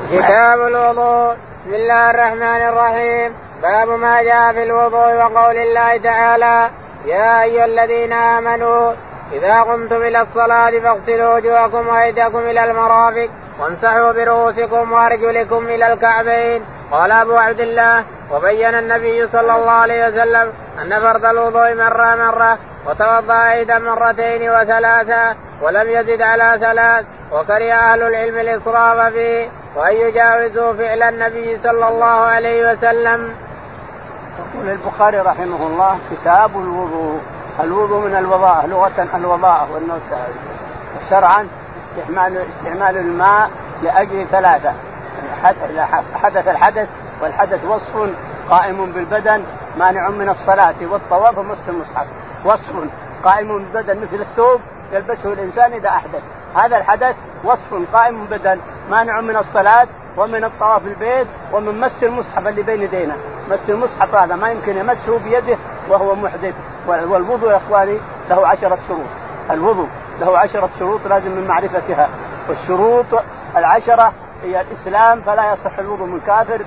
كتاب الوضوء. بسم الله الرحمن الرحيم. باب ما جاء في الوضوء وقول الله تعالى: يا أيها الذين آمنوا إذا قمتم إلى الصلاة فاغسلوا وجوهكم وأيديكم إلى المرافق وامسحوا برؤوسكم وأرجلكم إلى الكعبين. قال أبو عبد الله: وبين النبي صلى الله عليه وسلم أن فرض الوضوء مرة وتوضأ أيضا مرتين وثلاثا ولم يزد على ثلاث، وكره أهل العلم الإسراف فيه وأن يجاوزوا فعل النبي صلى الله عليه وسلم. يقول البخاري رحمه الله: كتاب الوضوء. الوضوء من الوضاء، لغة الوضاء والنوسع، شرعا استعمال الماء لأجل ثلاثة: حدث الحدث، والحدث وصف قائم بالبدن مانع من الصلاة والطواف ومس المصحف. وصف قائم بالبدن مثل الثوب يلبسه الإنسان إذا أحدث، هذا الحدث وصف قائم بالبدن مانع من الصلاة ومن الطواف البيت ومن مس المصحف اللي بين يدينا. مس المصحف هذا ما يمكن يمسه بيده وهو محدث. والوضوء يا إخواني له 10 شروط. الوضوء له 10 شروط لازم من معرفتها، والشروط 10 هي الإسلام فلا يصح الوضوء من كافر،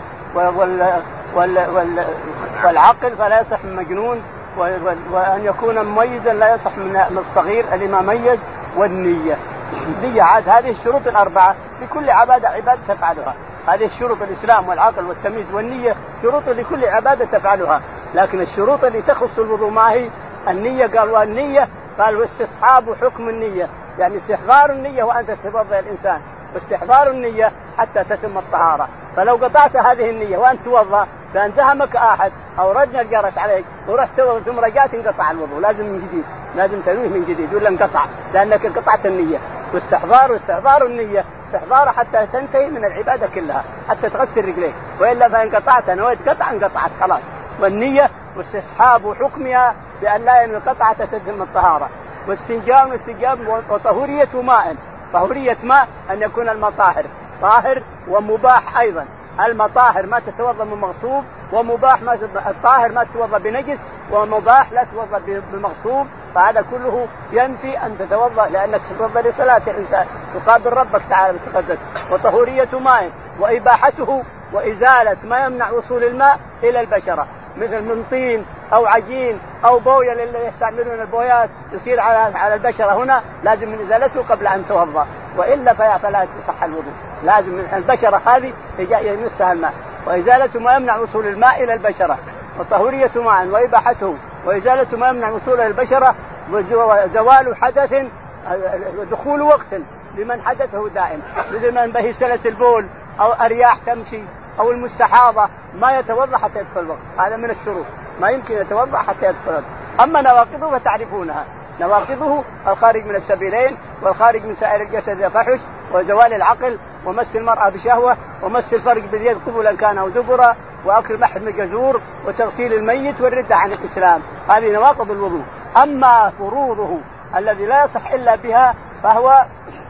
والعقل فلا يصح من مجنون، وأن يكون مميزا لا يصح من الصغير اللي ما ميز، والنية. النية عاد هذه الشروط 4 لكل عبادة تفعلها. هذه الشروط: الإسلام والعقل والتمييز والنية، شروط لكل عبادة تفعلها. لكن الشروط اللي تخص الوضوء ما هي؟ النية. قال: والنية قال: واستصحاب حكم النية، يعني استحضار النية وأنت تتوضأ الإنسان، واستحضار النية حتى تتم الطهارة. فلو قطعت هذه النية وأنت توضأ فأن دهمك أحد أو رجل جرس عليك ورحت ثم رجعت انقطع الوضوء، لازم من جديد، لازم تنويه من جديد ولا انقطع، لأنك قطعت النية. واستحضار النية استحضار حتى تنتهي من العبادة كلها، حتى تغسل رجليك، وإلا فإن قطعت نويت قطع انقطعت خلاص. والنية واستصحاب حكمها بأن لا ينقطع تتم الطهارة. واستنجام وطهورية ماء. طهورية ماء أن يكون الماء طاهر ومباح أيضا. المطاهر ما تتوضا من مغصوب، ومباح ما الطاهر ما تتوضا بنجس، ومباح لا تتوضا بالمغصوب. فهذا كله ينفي أن تتوضا، لأنك تتوضا لصلاة الإنسان تقابل ربك تعالى وتقدس. وطهورية ماء وإباحته وإزالة ما يمنع وصول الماء إلى البشرة، مثل من طين أو عجين أو بوية اللي يستعملون البويات يصير على البشرة، هنا لازم من إزالته قبل أن توضأ، وإلا فلا تصح الوضوء. لازم من البشرة هذه يمسها الماء. وإزالة ما يمنع وصول الماء إلى البشرة، وطهورية ماء وإباحته وإزالة ما يمنع وصول البشرة، وزوال حدث ودخول وقت لمن حدثه دائم، مثل من به سلس البول أو أرياح تمشي أو المستحاضة ما يتوضأ حتى يدخل الوقت. هذا من الشروط، ما يمكن يتوضأ حتى يدخل الوقت. أما نواقضه فتعرفونها: نواقضه الخارج من السبيلين، والخارج من سائر الجسد فحش، وزوال العقل، ومس المرأة بشهوة، ومس الفرج باليد قبلا كان أو دبرا، وأكل لحم الجزور، وتغسيل الميت، والردة عن الإسلام. هذه نواقض الوضوء. أما فروضه الذي لا يصح إلا بها فهو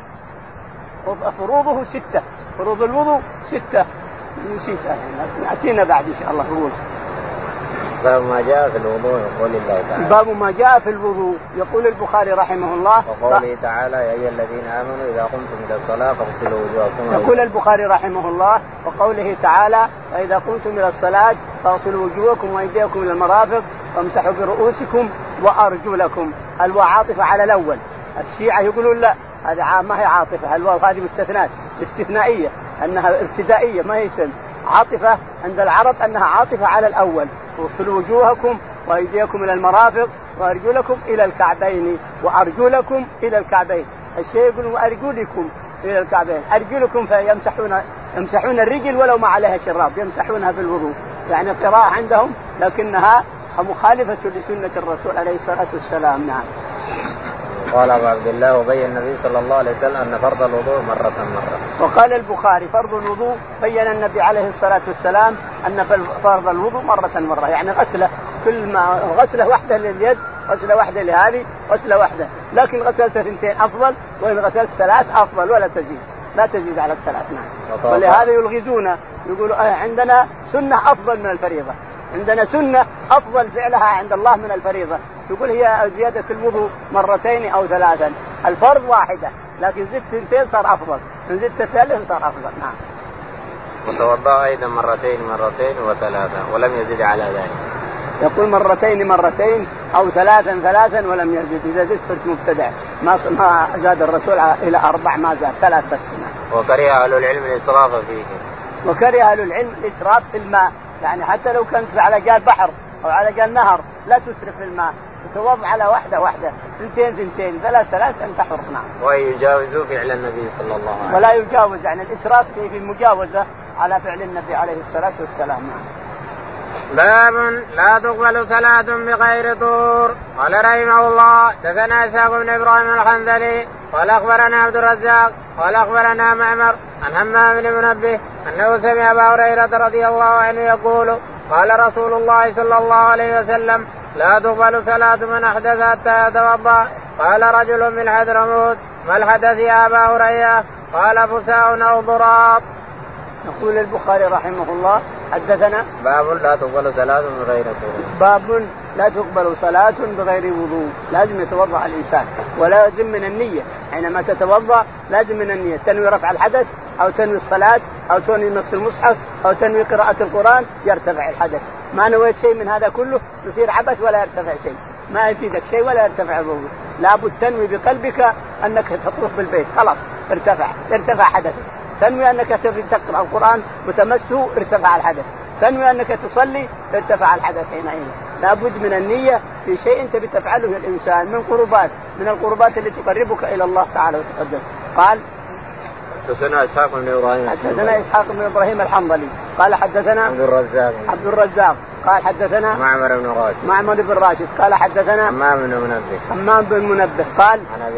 فروضه 6. فروض الوضوء 6 نسيتها، نأتينا بعد إن شاء الله. فروض. باب ما جاء في الوضوء يقول الله تعالى. باب ما جاء في الوضوء. يقول البخاري رحمه الله: وقوله تعالى: يا أيها الذين آمنوا إذا قمتم إلى الصلاة فاغسلوا وجوهكم. يقول البخاري رحمه الله: وقوله تعالى: إذا قمتم إلى الصلاة فاغسلوا وجوهكم وأيديكم إلى المرافق وامسحوا برؤوسكم وأرجلكم. الواو عاطفة على الأول. الشيعة يقولون لا، هذه ما هي عاطفة، الواو هذه مستثنات استثنائية، أنها ابتدائية ما هي عاطفة عند العرب، أنها عاطفة على الأول. واغسلوا وجوهكم وأيديكم إلى المرافق وأرجلكم إلى الكعبين. وأرجلكم إلى الكعبين. الشيء يقول وأرجلكم إلى الكعبين. أرجلكم يمسحون الرجل ولو ما عليها شراب، يمسحونها في الوضوء، يعني قراءة عندهم لكنها مخالفة لسنة الرسول عليه الصلاة والسلام. نعم. قال أبو عبد الله: وبين النبي صلى الله عليه وسلم أن فرض الوضوء مرة. وقال البخاري: فرض الوضوء بين النبي عليه الصلاة والسلام أن فرض الوضوء مرة، يعني غسلة، كل ما غسلة واحدة لليد، غسلة واحدة لهذه، غسلة واحدة. لكن غسلت 2 أفضل، وإن غسلت 3 أفضل، ولا تزيد، لا تزيد على 3. نعم. ولهذا يلغزون، يقولوا عندنا سنة أفضل من الفريضة، عندنا سنة أفضل فعلها عند الله من الفريضة. تقول هي زيادة الوضوء 2 أو 3. الفرض 1، لكن زدت 2 صار أفضل، إن زدت 3 صار أفضل. نعم. وتوضأ أيضا مرتين وثلاثا ولم يزد على ذلك. يقول مرتين أو ثلاثا ولم يزد. إذا زدت صرت مبتدع. ما زاد الرسول إلى 4 ما زاد 3 بس. وكره أهل العلم الإسراف فيه. وكره أهل العلم الإسراف في الماء. يعني حتى لو كنت على جال بحر أو على جال نهر لا تسرف في الماء. تتوضأ على واحدة 2 3 أنت حر. نعم. ويجاوزوا فعل النبي صلى الله عليه وسلم. ولا يجاوز. يعني الإسراف في المجاوزة على فعل النبي عليه الصلاة والسلام. نعم. باب لا تقبل صلاة بغير طهور. قال رحمه الله دثنا إسحاق بن إبراهيم الحنظلي قال أخبرنا عبد الرزاق قال أخبرنا معمر عن همام بن منبه أنه سمع أبا هريرة رضي الله عنه يقول قال رسول الله صلى الله عليه وسلم لا تقبل صلاة من أحدث حتى يتوضأ. قال رجل من حضرموت ما الحدث يا أبا هريرة؟ قال فساء أو ضراط. يقول البخاري رحمه الله حدثنا باب لا تقبل صلاة بغير وضوء. باب لا تقبل صلاة بغير وضوء. لازم يتوضأ الإنسان ولازم من النية. حينما تتوضأ لازم من النية تنوي رفع الحدث أو تنوي الصلاة أو تنوي مس المصحف أو تنوي قراءة القرآن يرتفع الحدث. ما نويت شيء من هذا كله يصير عبث ولا يرتفع شيء. ما يفيدك شيء ولا يرتفع الوضوء. لابد تنوي بقلبك أنك تطوف بالبيت خلاص ارتفع حدثك. تنوي أنك تقرأ القرآن وتمسه ارتفع الحدث. تنوي أنك تصلي ارتفع الحدث. حينئذ لابد من النية في شيء أنت بتفعله الإنسان من القربات اللي تقربك إلى الله تعالى وتقدم. قال حدثنا إسحاق بن إبراهيم الحنظلي قال حدثنا عبد الرزاق قال حدثنا معمر بن راشد قال حدثنا همام بن منبه قال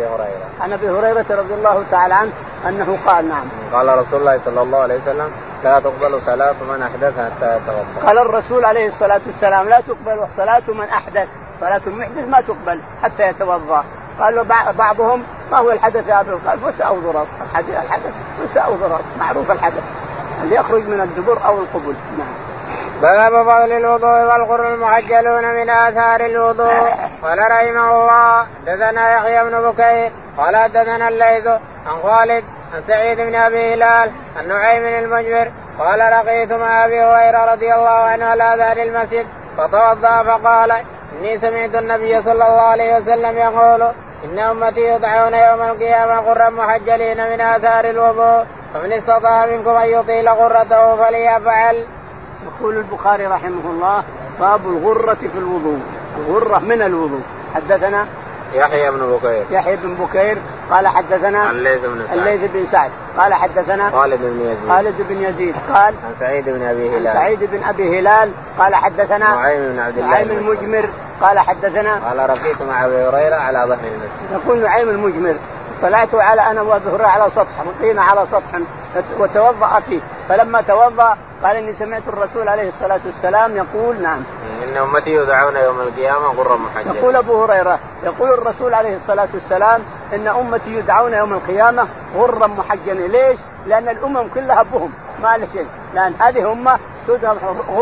عن أبي هريرة رضي الله تعالى عنه أنه قال نعم قال رسول الله صلى الله عليه وسلم لا تقبل صلاة من أحدث حتى يتوضأ. قال الرسول عليه الصلاة والسلام لا تقبل صلاة من أحدث. صلاة المحدث ما تقبل حتى يتوضأ. قالوا بعضهم ما هو الحدث يا أبي؟ قال وسع أو ضرط. الحدث وسع أو ضرط معروف الحدث اللي يخرج من الدبر أو القبل. نعم. باب فضل الوضوء والغر المحجلون من آثار الوضوء. قال رحمه الله دثنا يحيى بن بكير قال دثنا الليث عن خالد عن سعيد بن أبي هلال عن نعيم المجبر قال لقيت مع أبي هريرة رضي الله عنه على ذات المسجد فتوضأ فقال إني سمعت النبي صلى الله عليه وسلم يقول إن أمتي يدعون يوم القيامة غرا محجلين من آثار الوضوء فمن استطاع منكم أن يطيل غرته فليفعل. يقول البخاري رحمه الله باب الغرة في الوضوء. الغرة من الوضوء. حدثنا يحيى بن بكير قال حدثنا الليث بن سعد قال حدثنا خالد بن يزيد قال عن سعيد بن أبي هلال قال حدثنا نعيم المجمر قال حدثنا قال رقيت مع أبي هريرة على ظهر المسجد. يقول نعيم المجمر طلعت على أنا وأبي هريرة على سطح رقينا على سطح وتوضأ فيه. فلما توضأ قال إني سمعت الرسول عليه الصلاة والسلام يقول نعم إن أمتي يدعون يوم القيامة غرا محجلين. يقول أبو هريرة يقول الرسول عليه الصلاة والسلام إن أمتي يدعون يوم القيامة غرا محجلين. ليش؟ لأن الأمم كلها بهم ما له شيء. لأن هذه أمة سودها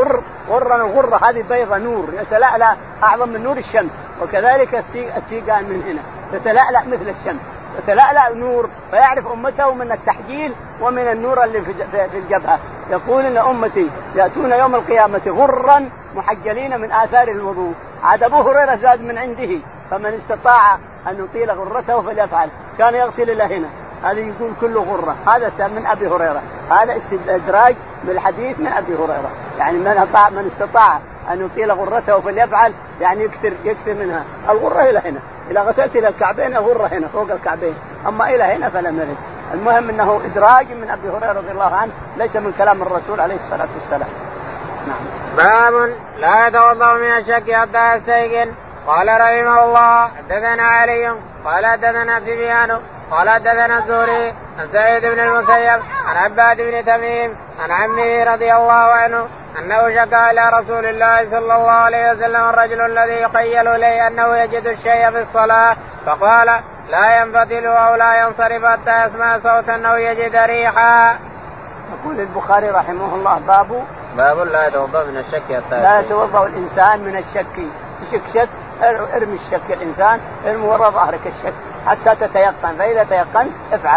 غرا الغرة هذه بيضة نور يتلألأ أعظم من نور الشمس. وكذلك السيقان من هنا يتلألأ مثل الشمس يتلألأ نور. فيعرف أمته من التحجيل ومن النور اللي في الجبهة. يقول إن أمتي يأتون يوم القيامة غرا محجلين من آثار الوضوء. عاد أبو هريرة زاد من عنده فمن استطاع أن يطيل غرته فليفعل. كان يغسل إلى هنا هذا يقول كله غرة. هذا من أبي هريرة. هذا استدراج بالحديث من أبي هريرة. يعني من استطاع أن يطيل غرته فليفعل يعني يكثر منها. الغرة إلى هنا إذا غسلت إلى الكعبين الغرة هنا فوق الكعبين أما إلى هنا فلم يرد. المهم أنه إدراج من أبي هريرة رضي الله عنه ليس من كلام الرسول عليه الصلاة والسلام. نعم. باب لا يتوضأ من الشك حتى يستيقن. قال رحمه الله حدثنا علي قال حدثنا سفيان قال حدثنا الزهري عن سعيد بن المسيب عن عباد بن تميم عن عمه رضي الله عنه أنه شكا إلى رسول الله صلى الله عليه وسلم الرجل الذي يخيل إليه أنه يجد الشيء في الصلاة فقال لا ينفتل أو لا ينصرف حتى يسمع صوتا أو يجد ريحا. يقول البخاري رحمه الله باب لا يتوضأ من الشك حتى لا يتوضأ الإنسان من الشك. شك ارمي الشك الإنسان ارمي وراء ظهرك الشك حتى تتيقن. فإذا تيقنت افعل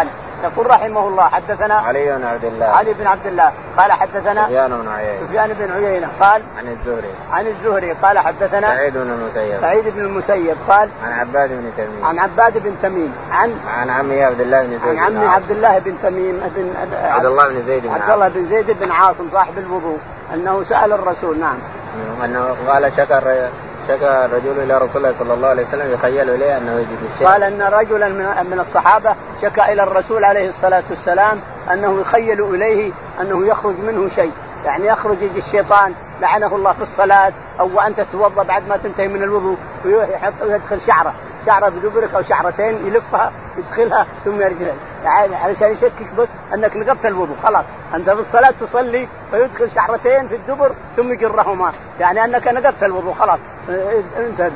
يقول رحمه الله حدثنا علي بن عبد الله قال حدثنا سفيان بن عيينة قال عن الزهري قال حدثنا سعيد بن المسيب قال عن عباد بن تميم عن عمي عبد الله بن تميم عبد الله بن زيد بن عاصم صاحب الوضوء أنه سأل الرسول نعم أنه قال شكى الرجل إلى رسول الله صلى الله عليه وسلم يخيل إليه أنه يجد الشيء. قال أن رجلا من الصحابة شكى إلى الرسول عليه الصلاة والسلام أنه يخيل إليه أنه يخرج منه شيء، يعني يخرج الشيطان لعنه الله في الصلاة أو أنت تتوضأ بعد ما تنتهي من الوضوء ويدخل شعرة بدبرك أو شعرتين يلفها يدخلها ثم يرجع يعني علشان يشكك بس أنك نقضت الوضوء خلاص أنت في الصلاة تصلي فيدخل شعرتين في الدبر ثم يجرهما يعني أنك نقضت الوضوء خلاص انت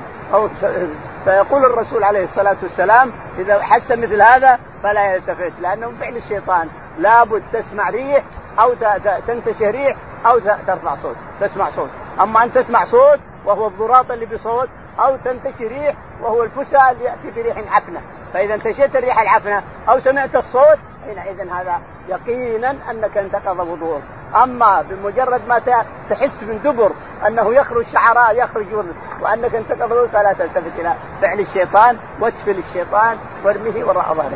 فيقول الرسول عليه الصلاة والسلام إذا حس مثل هذا فلا يلتفت لأنه فعل الشيطان لابد تسمع ريح أو تنتشر ريح أو ترفع صوت تسمع صوت. أما أن تسمع صوت وهو الضراط اللي بصوت أو تنتشر ريح وهو الفساء اللي يأتي بريح عفنة. فإذا انتشرت الريح العفنة أو سمعت الصوت حينئذ هذا يقينا أنك انتقض وضوءك. أما بمجرد ما تحس من دبر أنه يخرج شعراء يخرج وأنك انتقض وضوءك فلا تلتفت إلى فعل الشيطان وتفل الشيطان وارميه وراء ظهرك.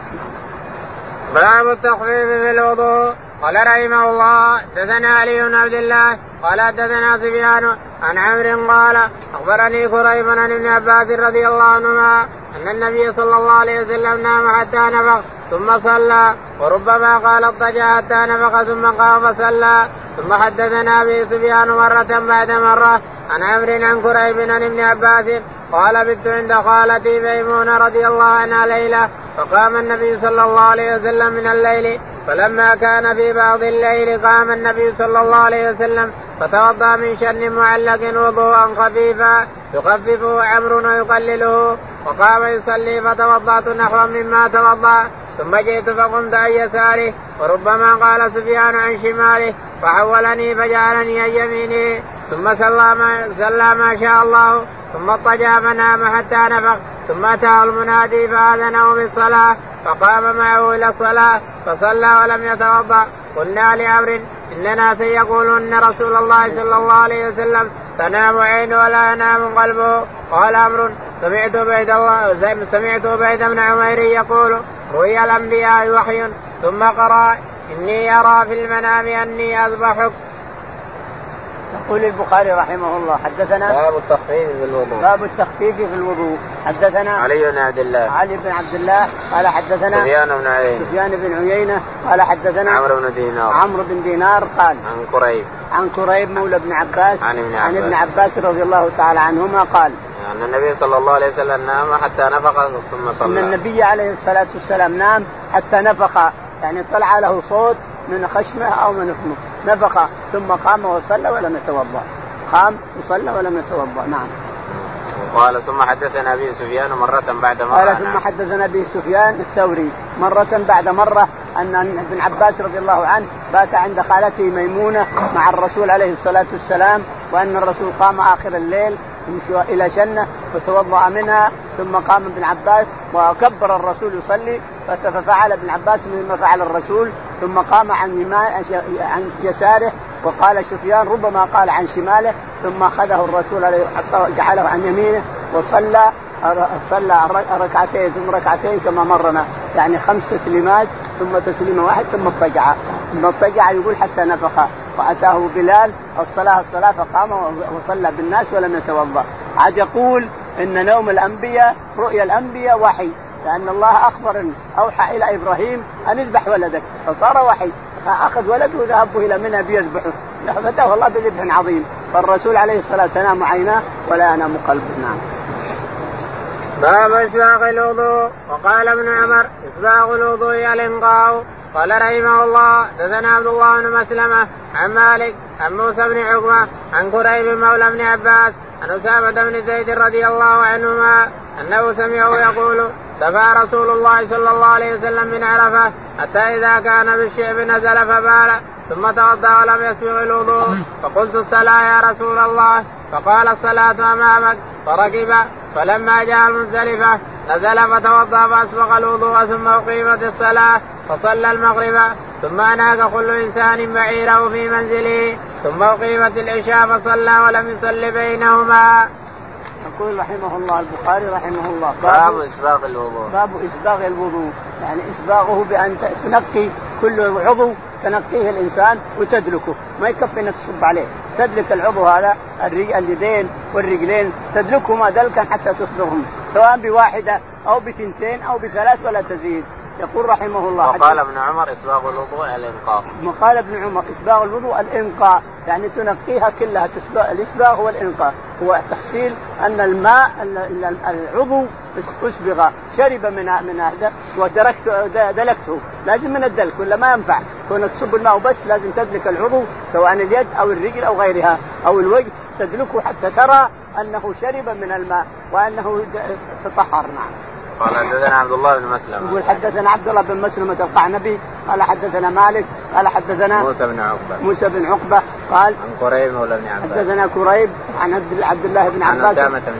باب التخفيف في الوضوء. قال رحمه الله حدثنا علي بن عبد الله قال حدثنا سفيان عن عمرو قال أخبرني كريب عن ابن عباس رضي الله عنهما أن النبي صلى الله عليه وسلم نام حتى نفخ ثم صلى وربما قال اضطجع حتى نفخ ثم قام فصلى. ثم حدثنا به سفيان مرة بعد مرة عن عمرو عن كريب عن ابن عباس قال بت عند خالتي ميمونة رضي الله عنها ليلة فقام النبي صلى الله عليه وسلم من الليل فلما كان في بعض الليل قام النبي صلى الله عليه وسلم فتوضأ من شن معلق وضوءا خفيفا يخففه عمرو ويقلله وقام يصلي فتوضأت نحو مما توضأ ثم جئت فقمت عن يساره وربما قال سفيان عن شماله فحولني فجعلني عن يمينه ثم صلى ما شاء الله ثم اضطجع فنام حتى نفخ ثم أتاه المنادي فآذنه بالصلاة فقام معه إلى الصلاة فصلى ولم يتوضأ. قلنا لعمرو إننا سيقولون أن رسول الله صلى الله عليه وسلم تنام عينه ولا ينام قلبه. قال عمرو سمعت عبيد بن عمير يقول رؤيا الأنبياء وحي ثم قرأ إني أرى في المنام أني أذبحك. يقول البخاري رحمه الله حدثنا باب التخفيف في الوضوء. حدثنا علي بن عبد الله قال حدثنا سفيان بن عيينة قال حدثنا عمرو بن دينار قال عن كريب مولى بن عباس عن ابن عباس رضي الله تعالى عنهما قال أن النبي صلى الله عليه وسلم نام حتى نفخ ثم صلى. أن النبي عليه الصلاة والسلام نام حتى نفخ يعني طلع له صوت من خشمه أو من فمه نفخ ثم قام وصلى ولم يتوضأ. قام وصلى ولم يتوضأ. نعم. قال ثم حدثنا به سفيان مرة بعد مرة. قال ثم حدثنا به سفيان الثوري مرة بعد مرة أن ابن عباس رضي الله عنه بات عند خالته ميمونة مع الرسول عليه الصلاة والسلام وأن الرسول قام آخر الليل إلى شنة وتوضأ منها ثم قام ابن عباس وكبر الرسول يصلي ففعل ابن عباس مما فعل الرسول ثم قام عن يساره وقال سفيان ربما قال عن شماله ثم أخذه الرسول عليه جعله عن يمينه وصلى ركعتين ثم ركعتين كما مرنا يعني 5 تسليمات ثم تسليمة واحد ثم اضطجع يقول حتى نفخ فأتاه بلال الصلاة فقام وصلى بالناس ولم يتوضأ. عاد يقول إن نوم الأنبياء رؤيا الأنبياء وحي لأن الله أخبر أوحى إلى إبراهيم أن يذبح ولدك فصار وحي فأخذ ولده وذهبه إلى منى بيذبحه فأتاه الله بذبح عظيم. فالرسول عليه الصلاة تنام عيناه ولا ينام قلبه. نعم. باب إسباغ الوضوء. وقال ابن عمر إسباغ الوضوء الإنقاء. قال رحمه الله حدثنا عبد الله بن مسلمة عن مالك عن موسى بن عقبة عن كريب مولى بن عباس عن أسامة بن زيد رضي الله عنهما أنه سمعه يقول دفع رسول الله صلى الله عليه وسلم من عرفة حتى إذا كان بالشعب نزل فبال ثم توضأ ولم يسبغ الوضوء فقلت الصلاة يا رسول الله فقال الصلاة أمامك فركب فلما جاء المزدلفة نزل فتوضأ فأسبغ الوضوء ثم أقيمت الصلاة فصلى المغرب ثم أناق كل إنسان بعيره في منزله ثم أقيمت العشاء فصلى ولم يصل بينهما. يقول رحمه الله البخاري رحمه الله باب إسباغ الوضوء. باب إسباغ الوضوء يعني إسباغه بأن تنقي كل عضو تنقيه الإنسان وتدلكه ما يكفي أنك تصب عليه تدلك العضو هذا اليدين والرجلين تدلكهما دلكا حتى تصبغهم سواء بواحدة أو بثنتين أو بثلاث ولا تزيد. يقول رحمه الله وقال ابن عمر إسباغ الوضوء الإنقاء. قال ابن عمر إسباغ الوضوء الإنقاء يعني تنقيها كلها الإسباغ هو الإنقاء هو تحصيل أن الماء العضو أسبغ شرب من هذا ودلكته لازم من الدلك ولا ما ينفع كونك تصب الماء بس لازم تدلك العضو سواء اليد أو الرجل أو غيرها أو الوجه تدلكه حتى ترى أنه شرب من الماء وأنه تطهر. نعم. قال حدثنا عبد الله بن مسلمة. يقول حدثنا عبد الله بن مسلمة القعنبي قال حدثنا مالك قال حدثنا موسى بن عقبة قال عن كريب مولى بن عباس حدثنا كريب عن عبد الله بن عباس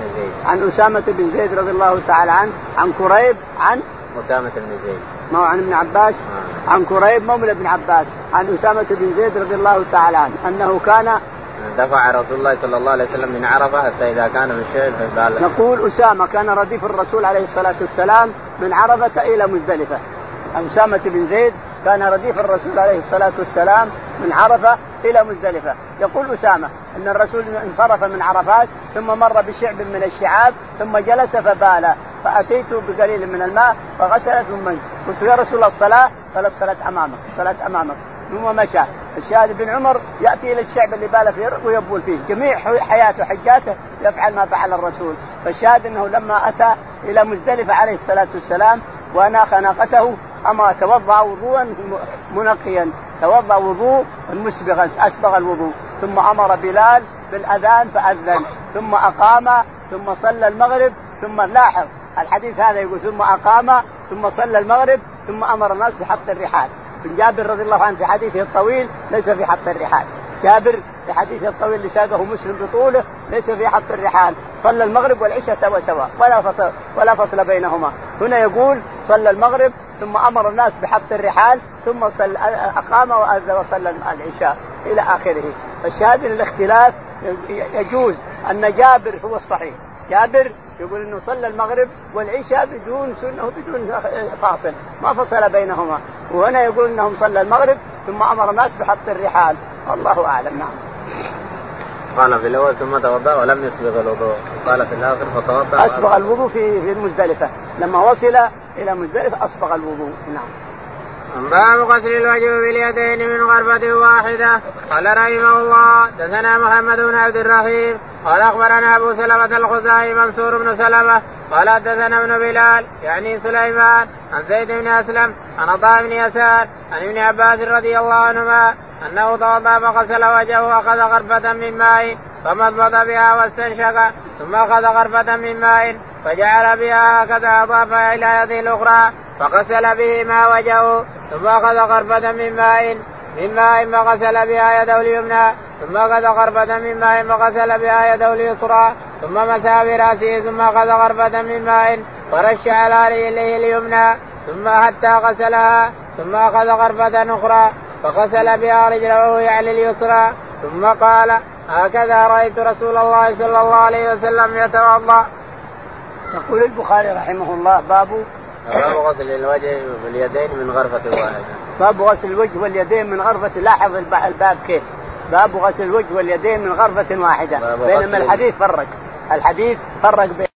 عن أسامة بن زيد رضي الله تعالى عنه عن كريب عن أسامة بن زيد ما عن ابن عباس عن كريب مولى بن عباس عن أسامة بن زيد رضي الله تعالى عنه أنه كان دفع رسول الله صلى الله عليه وسلم من عرفة حتى إذا كان في الشيء فقال. نقول أسامة كان رديف الرسول عليه الصلاة والسلام من عرفة إلى مزدلفة. أسامة بن زيد كان رديف الرسول عليه الصلاة والسلام من عرفة إلى مزدلفة. يقول أسامة أن الرسول انصرف من عرفات ثم مر بشعب من الشعاب ثم جلس فبال فأتيت بقليل من الماء فغسل ثم قلت يا رسول الله الصلاة قال الصلاة أمامك ثم مشى. الشاهد بن عمر يأتي إلى الشعب اللي بال فيه ويبول فيه جميع حياته حجاته يفعل ما فعل الرسول. فالشاهد أنه لما أتى إلى مزدلفة عليه الصلاة والسلام وناخ ناقته أما توضأ وضوءا منقيا توضأ وضوء مسبغا أسبغ الوضوء ثم أمر بلال بالأذان فأذن ثم أقام ثم صلى المغرب ثم لاحظ الحديث هذا يقول ثم أقام ثم صلى المغرب ثم أمر الناس بحط الرحال. بن جابر رضي الله عنه في حديثه الطويل ليس في حط الرحال. جابر في حديثه الطويل اللي ساقه مسلم بطوله ليس في حط الرحال صلى المغرب والعشاء سوا ولا فصل بينهما. هنا يقول صلى المغرب ثم أمر الناس بحط الرحال ثم أقام وأذن وصلى العشاء إلى آخره. فالشاهد الاختلاف يجوز أن جابر هو الصحيح. جابر يقول إنه صلى المغرب والعشاء بدون سنة وبدون فاصل ما فصل بينهما وهنا يقول إنهم صلى المغرب ثم أمر الناس بحط الرحال. الله أعلم. نعم. قال في الأول ثم توضأ ولم يسبغ الوضوء قال في الآخر فتوضأ أسبغ الوضوء في المزدلفة لما وصل إلى مزدلفة أسبغ الوضوء. نعم. باب غسل الوجه باليدين من غرفة واحدة. قال رحمه الله دثنا محمد بن عبد الرحيم قال أخبرنا أبو سلمة الخزاعي منصور بن سلمة قال دثنا ابن بلال يعني سليمان عن زيد بن أسلم عن عطاء بن يسار عن ابن عباس رضي الله عنهما أنه توضأ فغسل وجهه وأخذ غرفة من ماء فمضمض بها واستنشق ثم أخذ غرفة من ماء فجعل بها هكذا أضافها إلى يده الأخرى فغسل بهما وجهه ثم أخذ غرفة من ماء فغسل بها يده اليمنى ثم أخذ غرفة من ماء فغسل بها يده اليسرى ثم مسح برأسه ثم أخذ غرفة من ماء فرش على رجله اليمنى ثم حتى غسلها ثم أخذ غرفة أخرى فغسل بها رجله يعني اليسرى ثم قال هكذا رأيت رسول الله صلى الله عليه وسلم يتوضأ. يقول البخاري رحمه الله باب غسل الوجه واليدين من غرفة واحدة. باب غسل الوجه واليدين من غرفة. لاحظ الباب كيف باب غسل الوجه واليدين من غرفة واحدة بينما الحديث فرق بين